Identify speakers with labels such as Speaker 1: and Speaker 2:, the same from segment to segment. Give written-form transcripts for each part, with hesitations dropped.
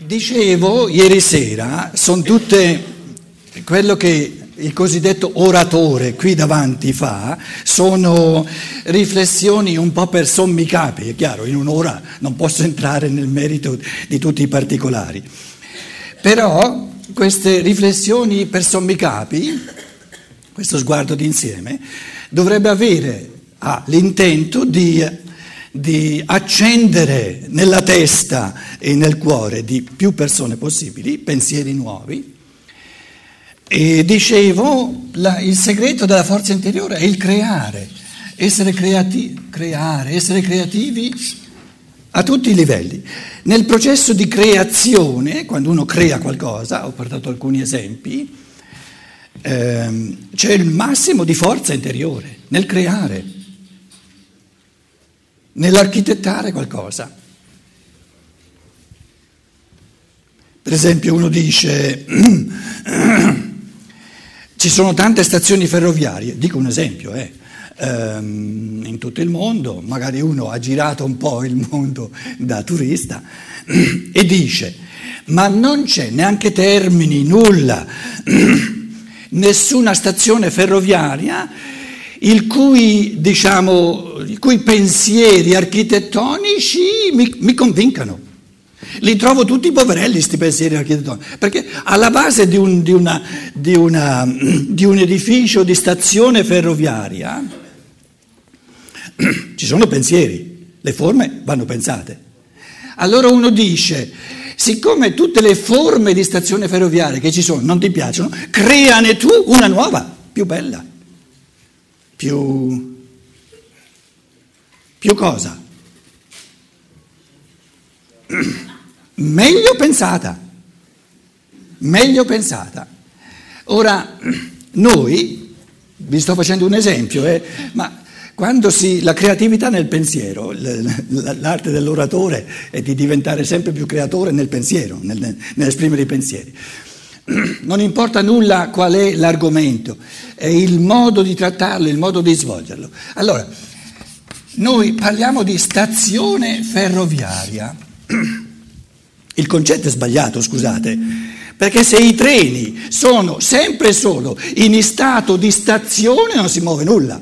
Speaker 1: Dicevo ieri sera, sono tutte quello che il cosiddetto oratore qui davanti fa, sono riflessioni un po' per sommi capi. È chiaro, in un'ora non posso entrare nel merito di tutti i particolari, però queste riflessioni per sommi capi, questo sguardo d'insieme, dovrebbe avere l'intento di accendere nella testa e nel cuore di più persone possibili pensieri nuovi. E dicevo, il segreto della forza interiore è il creare, essere creativi a tutti i livelli. Nel processo di creazione, quando uno crea qualcosa, ho portato alcuni esempi, c'è il massimo di forza interiore nel creare, nell'architettare qualcosa. Per esempio uno dice ci sono tante stazioni ferroviarie, dico un esempio, in tutto il mondo, magari uno ha girato un po' il mondo da turista e dice ma non c'è neanche Termini, nulla, nessuna stazione ferroviaria i cui pensieri architettonici mi convincano. Li trovo tutti poverelli, sti pensieri architettonici, perché alla base di un edificio di stazione ferroviaria ci sono pensieri, le forme vanno pensate. Allora uno dice, siccome tutte le forme di stazione ferroviaria che ci sono non ti piacciono, creane tu una nuova, più bella, più cosa? Meglio pensata. Ora, noi, vi sto facendo un esempio, ma quando la creatività nel pensiero, l'arte dell'oratore è di diventare sempre più creatore nel pensiero, nell'esprimere i pensieri. Non importa nulla qual è l'argomento, è il modo di trattarlo, il modo di svolgerlo. Allora, noi parliamo di stazione ferroviaria. Il concetto è sbagliato, scusate, perché se i treni sono sempre solo in stato di stazione non si muove nulla.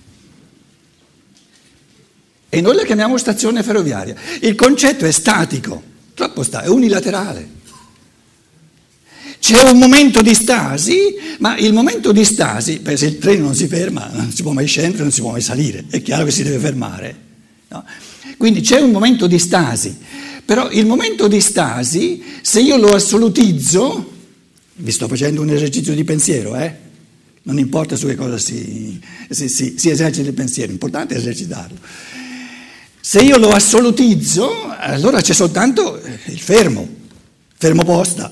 Speaker 1: E noi la chiamiamo stazione ferroviaria. Il concetto è statico, è unilaterale. C'è un momento di stasi, ma il momento di stasi, se il treno non si ferma, non si può mai scendere, non si può mai salire, è chiaro che si deve fermare, no? Quindi c'è un momento di stasi, però il momento di stasi, se io lo assolutizzo, vi sto facendo un esercizio di pensiero, non importa su che cosa si esercita il pensiero, l'importante è esercitarlo. Se io lo assolutizzo, allora c'è soltanto il fermo posta.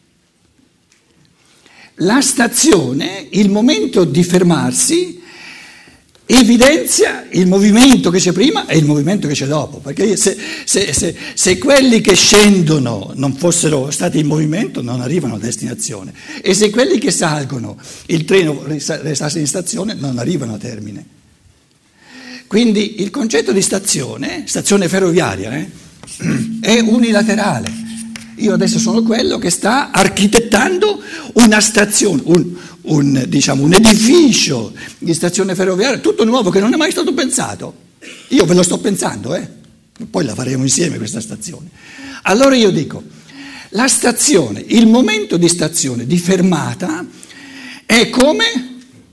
Speaker 1: La stazione, il momento di fermarsi, evidenzia il movimento che c'è prima e il movimento che c'è dopo, perché se quelli che scendono non fossero stati in movimento non arrivano a destinazione, e se quelli che salgono, il treno restasse in stazione, non arrivano a termine. Quindi il concetto di stazione ferroviaria, è unilaterale. Io adesso sono quello che sta architettando una stazione, un edificio di stazione ferroviaria, tutto nuovo che non è mai stato pensato. Io ve lo sto pensando, poi la faremo insieme questa stazione. Allora io dico, la stazione, il momento di stazione, di fermata, è come...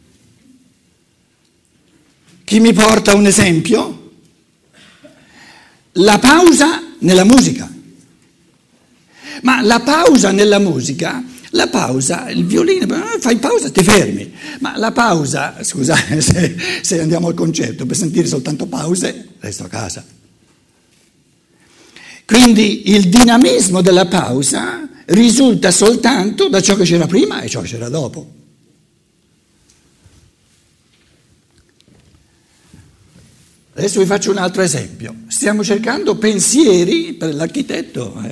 Speaker 1: Chi mi porta un esempio? La pausa nella musica. Ma la pausa nella musica, il violino, fai pausa e ti fermi. Ma la pausa, scusate se andiamo al concetto, per sentire soltanto pause, resto a casa. Quindi il dinamismo della pausa risulta soltanto da ciò che c'era prima e ciò che c'era dopo. Adesso vi faccio un altro esempio. Stiamo cercando pensieri per l'architetto,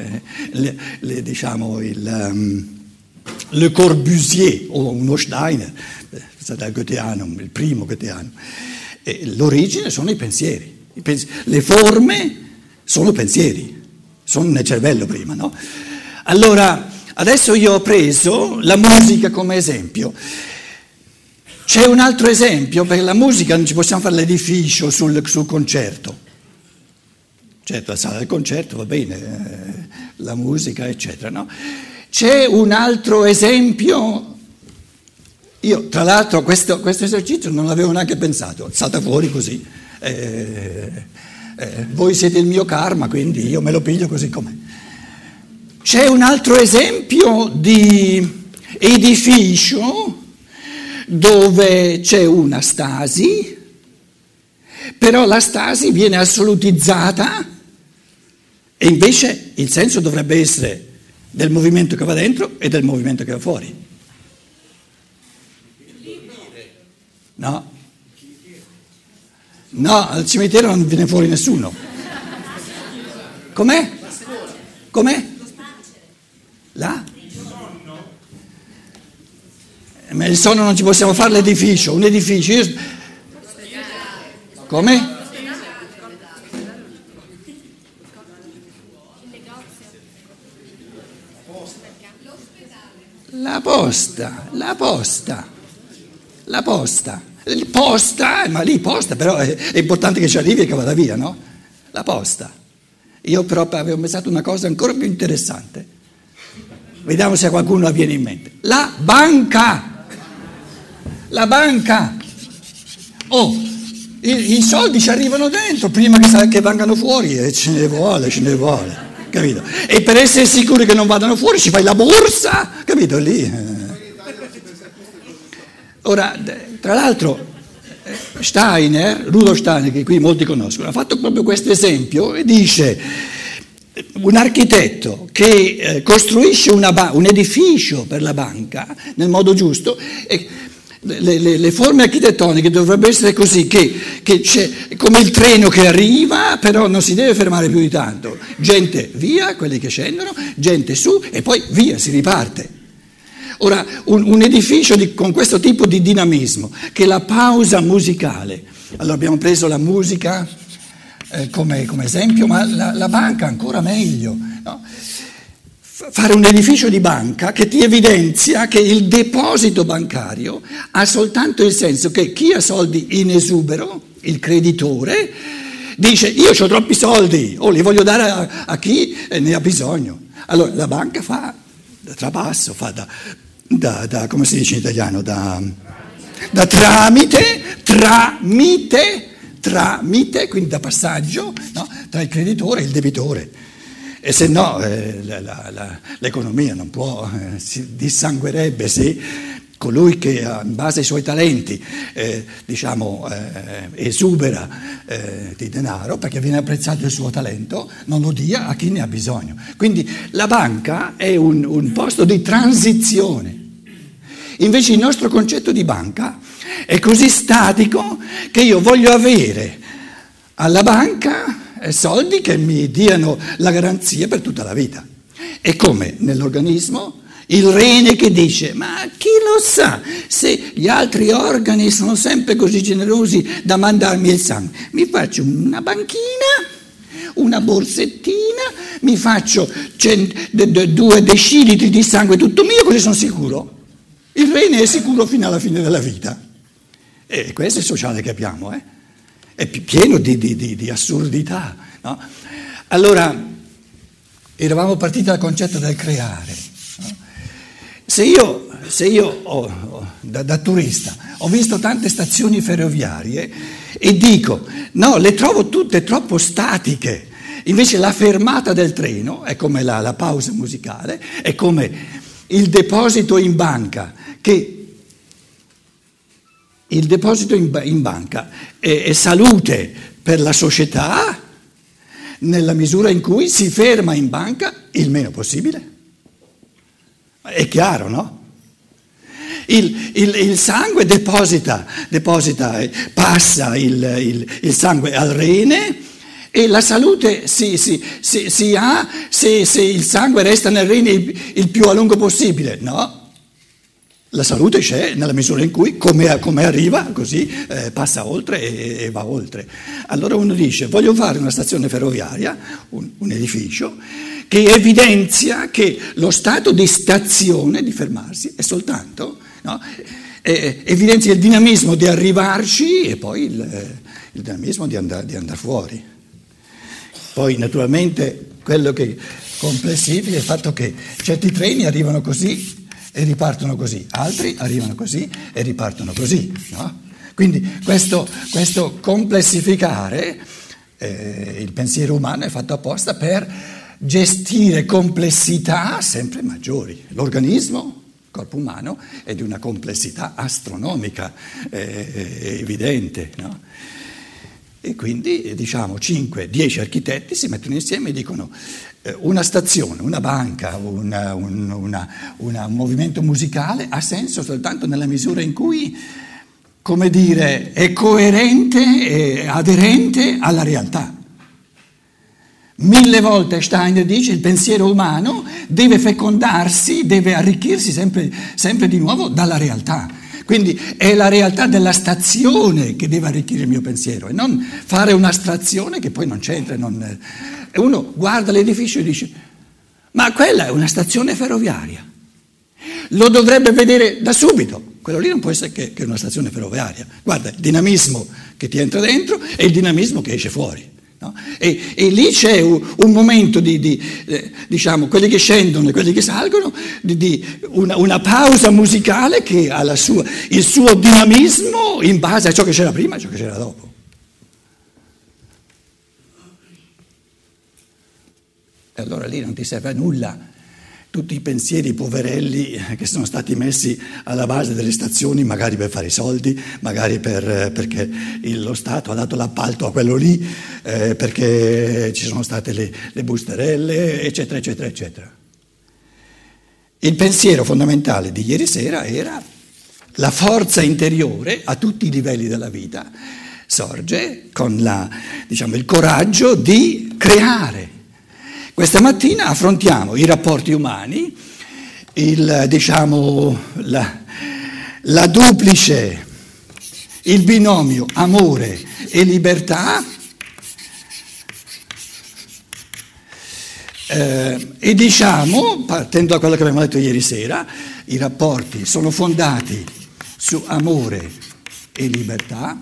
Speaker 1: Le Corbusier o uno Steiner, goetheano, il primo goetheano. L'origine sono i pensieri. Le forme sono pensieri, sono nel cervello prima, no? Allora, adesso io ho preso la musica come esempio. C'è un altro esempio, perché la musica non ci possiamo fare l'edificio sul concerto. Certo, la sala del concerto va bene, la musica, eccetera, no? C'è un altro esempio. Io, tra l'altro, questo esercizio non l'avevo neanche pensato, salta fuori così. Voi siete il mio karma, quindi io me lo piglio così com'è. C'è un altro esempio di edificio dove c'è una stasi, però la stasi viene assolutizzata e invece il senso dovrebbe essere del movimento che va dentro e del movimento che va fuori. No, al cimitero non viene fuori nessuno. Com'è? Com'è? Là? Ma il sonno non ci possiamo fare l'edificio, un edificio. Come? La posta, ma lì posta, però è importante che ci arrivi e che vada via, no? La posta. Io però avevo pensato una cosa ancora più interessante. Vediamo se a qualcuno la viene in mente. La banca. Oh, i soldi ci arrivano dentro prima che vengano fuori e ce ne vuole, capito? E per essere sicuri che non vadano fuori ci fai la borsa, capito? Lì. Ora, tra l'altro, Rudolf Steiner, che qui molti conoscono, ha fatto proprio questo esempio e dice: un architetto che costruisce un edificio per la banca nel modo giusto, e le forme architettoniche dovrebbero essere così, che c'è come il treno che arriva, però non si deve fermare più di tanto. Gente via, quelli che scendono, gente su e poi via, si riparte. Ora, un edificio con questo tipo di dinamismo, che la pausa musicale, allora abbiamo preso la musica come esempio, ma la banca ancora meglio, no? Fare un edificio di banca che ti evidenzia che il deposito bancario ha soltanto il senso che chi ha soldi in esubero, il creditore, dice: io ho troppi soldi, li voglio dare a chi ne ha bisogno. Allora la banca fa da trapasso, fa da come si dice in italiano, da tramite, quindi da passaggio, no? Tra il creditore e il debitore. E se no l'economia non può, si dissanguerebbe se colui che in base ai suoi talenti esubera di denaro perché viene apprezzato il suo talento, non lo dia a chi ne ha bisogno. Quindi la banca è un posto di transizione. Invece il nostro concetto di banca è così statico che io voglio avere alla banca soldi che mi diano la garanzia per tutta la vita. È come nell'organismo il rene che dice: ma chi lo sa se gli altri organi sono sempre così generosi da mandarmi il sangue? Mi faccio una banchina, una borsettina, mi faccio 2 decilitri di sangue tutto mio, così sono sicuro. Il rene è sicuro fino alla fine della vita. E questo è il sociale che abbiamo, È pieno di assurdità, no? Allora, eravamo partiti dal concetto del creare, no? Se io da turista ho visto tante stazioni ferroviarie e dico: no, le trovo tutte troppo statiche, invece la fermata del treno è come la pausa musicale, è come il deposito in banca, che il deposito in banca è salute per la società nella misura in cui si ferma in banca il meno possibile. È chiaro, no? Il sangue passa il sangue al rene e la salute si ha se il sangue resta nel rene il più a lungo possibile. No? La salute c'è nella misura in cui, come arriva, così passa oltre e va oltre. Allora uno dice: voglio fare una stazione ferroviaria, un edificio, che evidenzia che lo stato di stazione, di fermarsi, è soltanto, no? Evidenzia il dinamismo di arrivarci e poi il dinamismo di andare fuori. Poi naturalmente quello che complessifica è il fatto che certi treni arrivano così e ripartono così, altri arrivano così e ripartono così, no? Quindi questo complessificare, il pensiero umano è fatto apposta per gestire complessità sempre maggiori. L'organismo, il corpo umano, è di una complessità astronomica evidente, no? E quindi diciamo 5-10 architetti si mettono insieme e dicono una stazione, una banca, un movimento musicale ha senso soltanto nella misura in cui, come dire, è coerente e aderente alla realtà. 1000 volte Steiner dice il pensiero umano deve fecondarsi, deve arricchirsi sempre di nuovo dalla realtà. Quindi è la realtà della stazione che deve arricchire il mio pensiero e non fare un'astrazione che poi non c'entra. E uno guarda l'edificio e dice ma quella è una stazione ferroviaria, lo dovrebbe vedere da subito, quello lì non può essere che una stazione ferroviaria. Guarda il dinamismo che ti entra dentro e il dinamismo che esce fuori. No? E lì c'è un momento diciamo, quelli che scendono e quelli che salgono, una pausa musicale che ha il suo dinamismo in base a ciò che c'era prima e ciò che c'era dopo. E allora lì non ti serve a nulla tutti i pensieri poverelli che sono stati messi alla base delle stazioni, magari per fare i soldi, magari perché lo Stato ha dato l'appalto a quello lì, perché ci sono state le busterelle, eccetera, eccetera, eccetera. Il pensiero fondamentale di ieri sera era la forza interiore a tutti i livelli della vita, sorge con il coraggio di creare. Questa mattina affrontiamo i rapporti umani, la duplice, il binomio amore e libertà, e diciamo, partendo da quello che abbiamo detto ieri sera, i rapporti sono fondati su amore e libertà,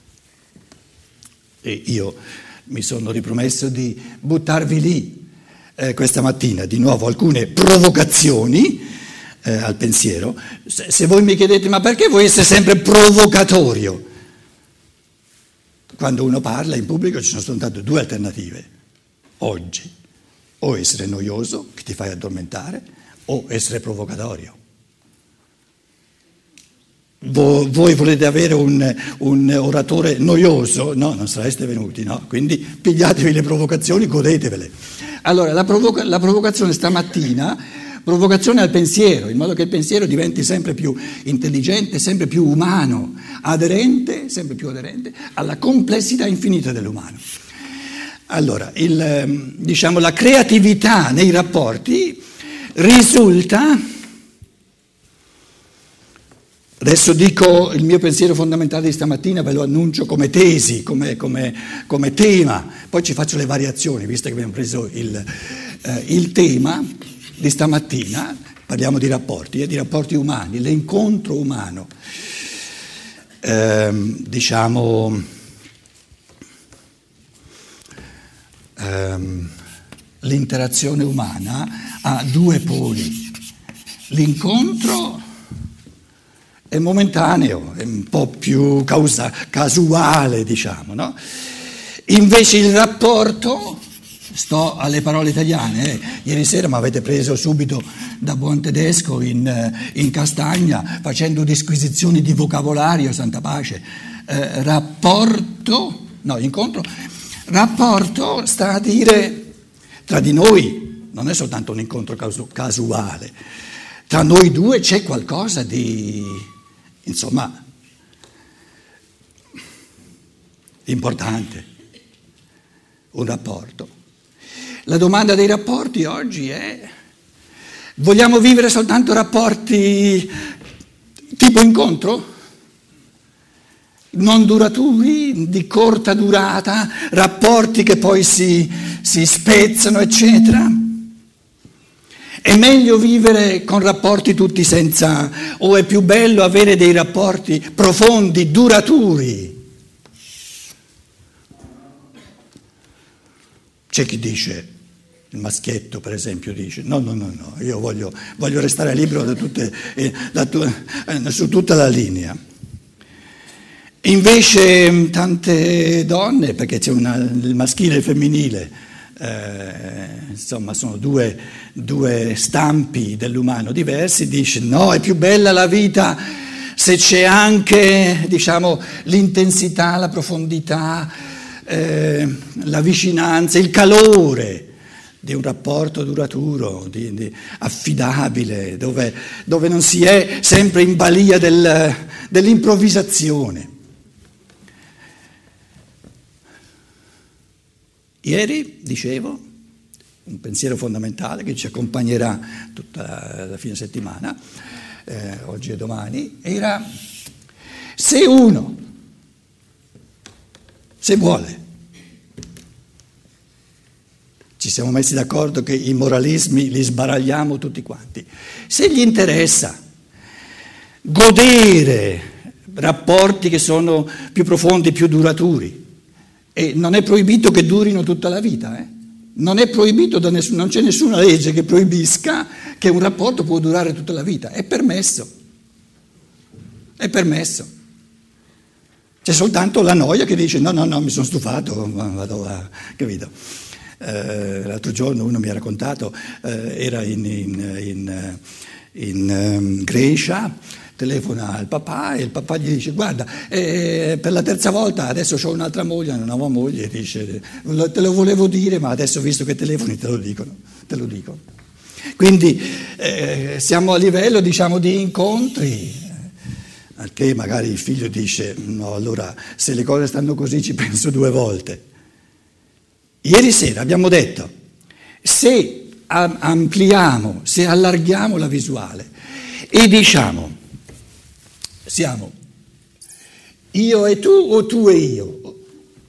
Speaker 1: e io mi sono ripromesso di buttarvi lì questa mattina di nuovo alcune provocazioni al pensiero. Se voi mi chiedete ma perché vuoi essere sempre provocatorio? Quando uno parla in pubblico ci sono soltanto due alternative oggi: o essere noioso che ti fai addormentare o essere provocatorio. Voi volete avere un oratore noioso? No, non sareste venuti, no? Quindi pigliatevi le provocazioni, godetevele. Allora, la provocazione stamattina, provocazione al pensiero, in modo che il pensiero diventi sempre più intelligente, sempre più umano, aderente, sempre più aderente alla complessità infinita dell'umano. Allora, la creatività nei rapporti risulta. Adesso dico il mio pensiero fondamentale di stamattina, ve lo annuncio come tesi, come tema, poi ci faccio le variazioni, visto che abbiamo preso il tema di stamattina, parliamo di rapporti umani, l'incontro umano, l'interazione umana ha due poli, l'incontro è momentaneo, è un po' più casuale, diciamo, no? Invece il rapporto, sto alle parole italiane, ieri sera mi avete preso subito da buon tedesco in castagna, facendo disquisizioni di vocabolario, santa pace. Rapporto sta a dire tra di noi, non è soltanto un incontro casuale, tra noi due c'è qualcosa di importante, un rapporto. La domanda dei rapporti oggi è: vogliamo vivere soltanto rapporti tipo incontro? Non duraturi, di corta durata, rapporti che poi si spezzano, eccetera? È meglio vivere con rapporti tutti senza, o è più bello avere dei rapporti profondi, duraturi? C'è chi dice, il maschietto per esempio dice, no, io voglio restare libero su tutta la linea. Invece tante donne, perché c'è il maschile e il femminile, insomma sono due stampi dell'umano diversi, dice no, è più bella la vita se c'è anche, diciamo, l'intensità, la profondità, la vicinanza, il calore di un rapporto duraturo, affidabile, dove non si è sempre in balia dell'improvvisazione. Ieri, dicevo, un pensiero fondamentale che ci accompagnerà tutta la fine settimana, oggi e domani, era se vuole, ci siamo messi d'accordo che i moralismi li sbaragliamo tutti quanti, se gli interessa godere rapporti che sono più profondi, più duraturi, e non è proibito che durino tutta la vita, non è proibito non c'è nessuna legge che proibisca che un rapporto può durare tutta la vita, è permesso. C'è soltanto la noia che dice no, mi sono stufato, vado a, capito? L'altro giorno uno mi ha raccontato, era in Grecia, telefona al papà e il papà gli dice guarda, per la terza volta adesso ho un'altra moglie, una nuova moglie, dice te lo volevo dire ma adesso visto che telefoni te lo dico. Quindi siamo a livello, diciamo, di incontri, al che magari il figlio dice no, allora se le cose stanno così ci penso due volte. Ieri sera abbiamo detto se ampliamo, se allarghiamo la visuale e diciamo siamo io e tu o tu e io,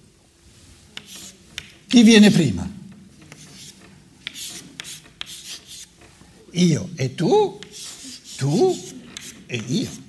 Speaker 1: chi viene prima? Io e tu e io.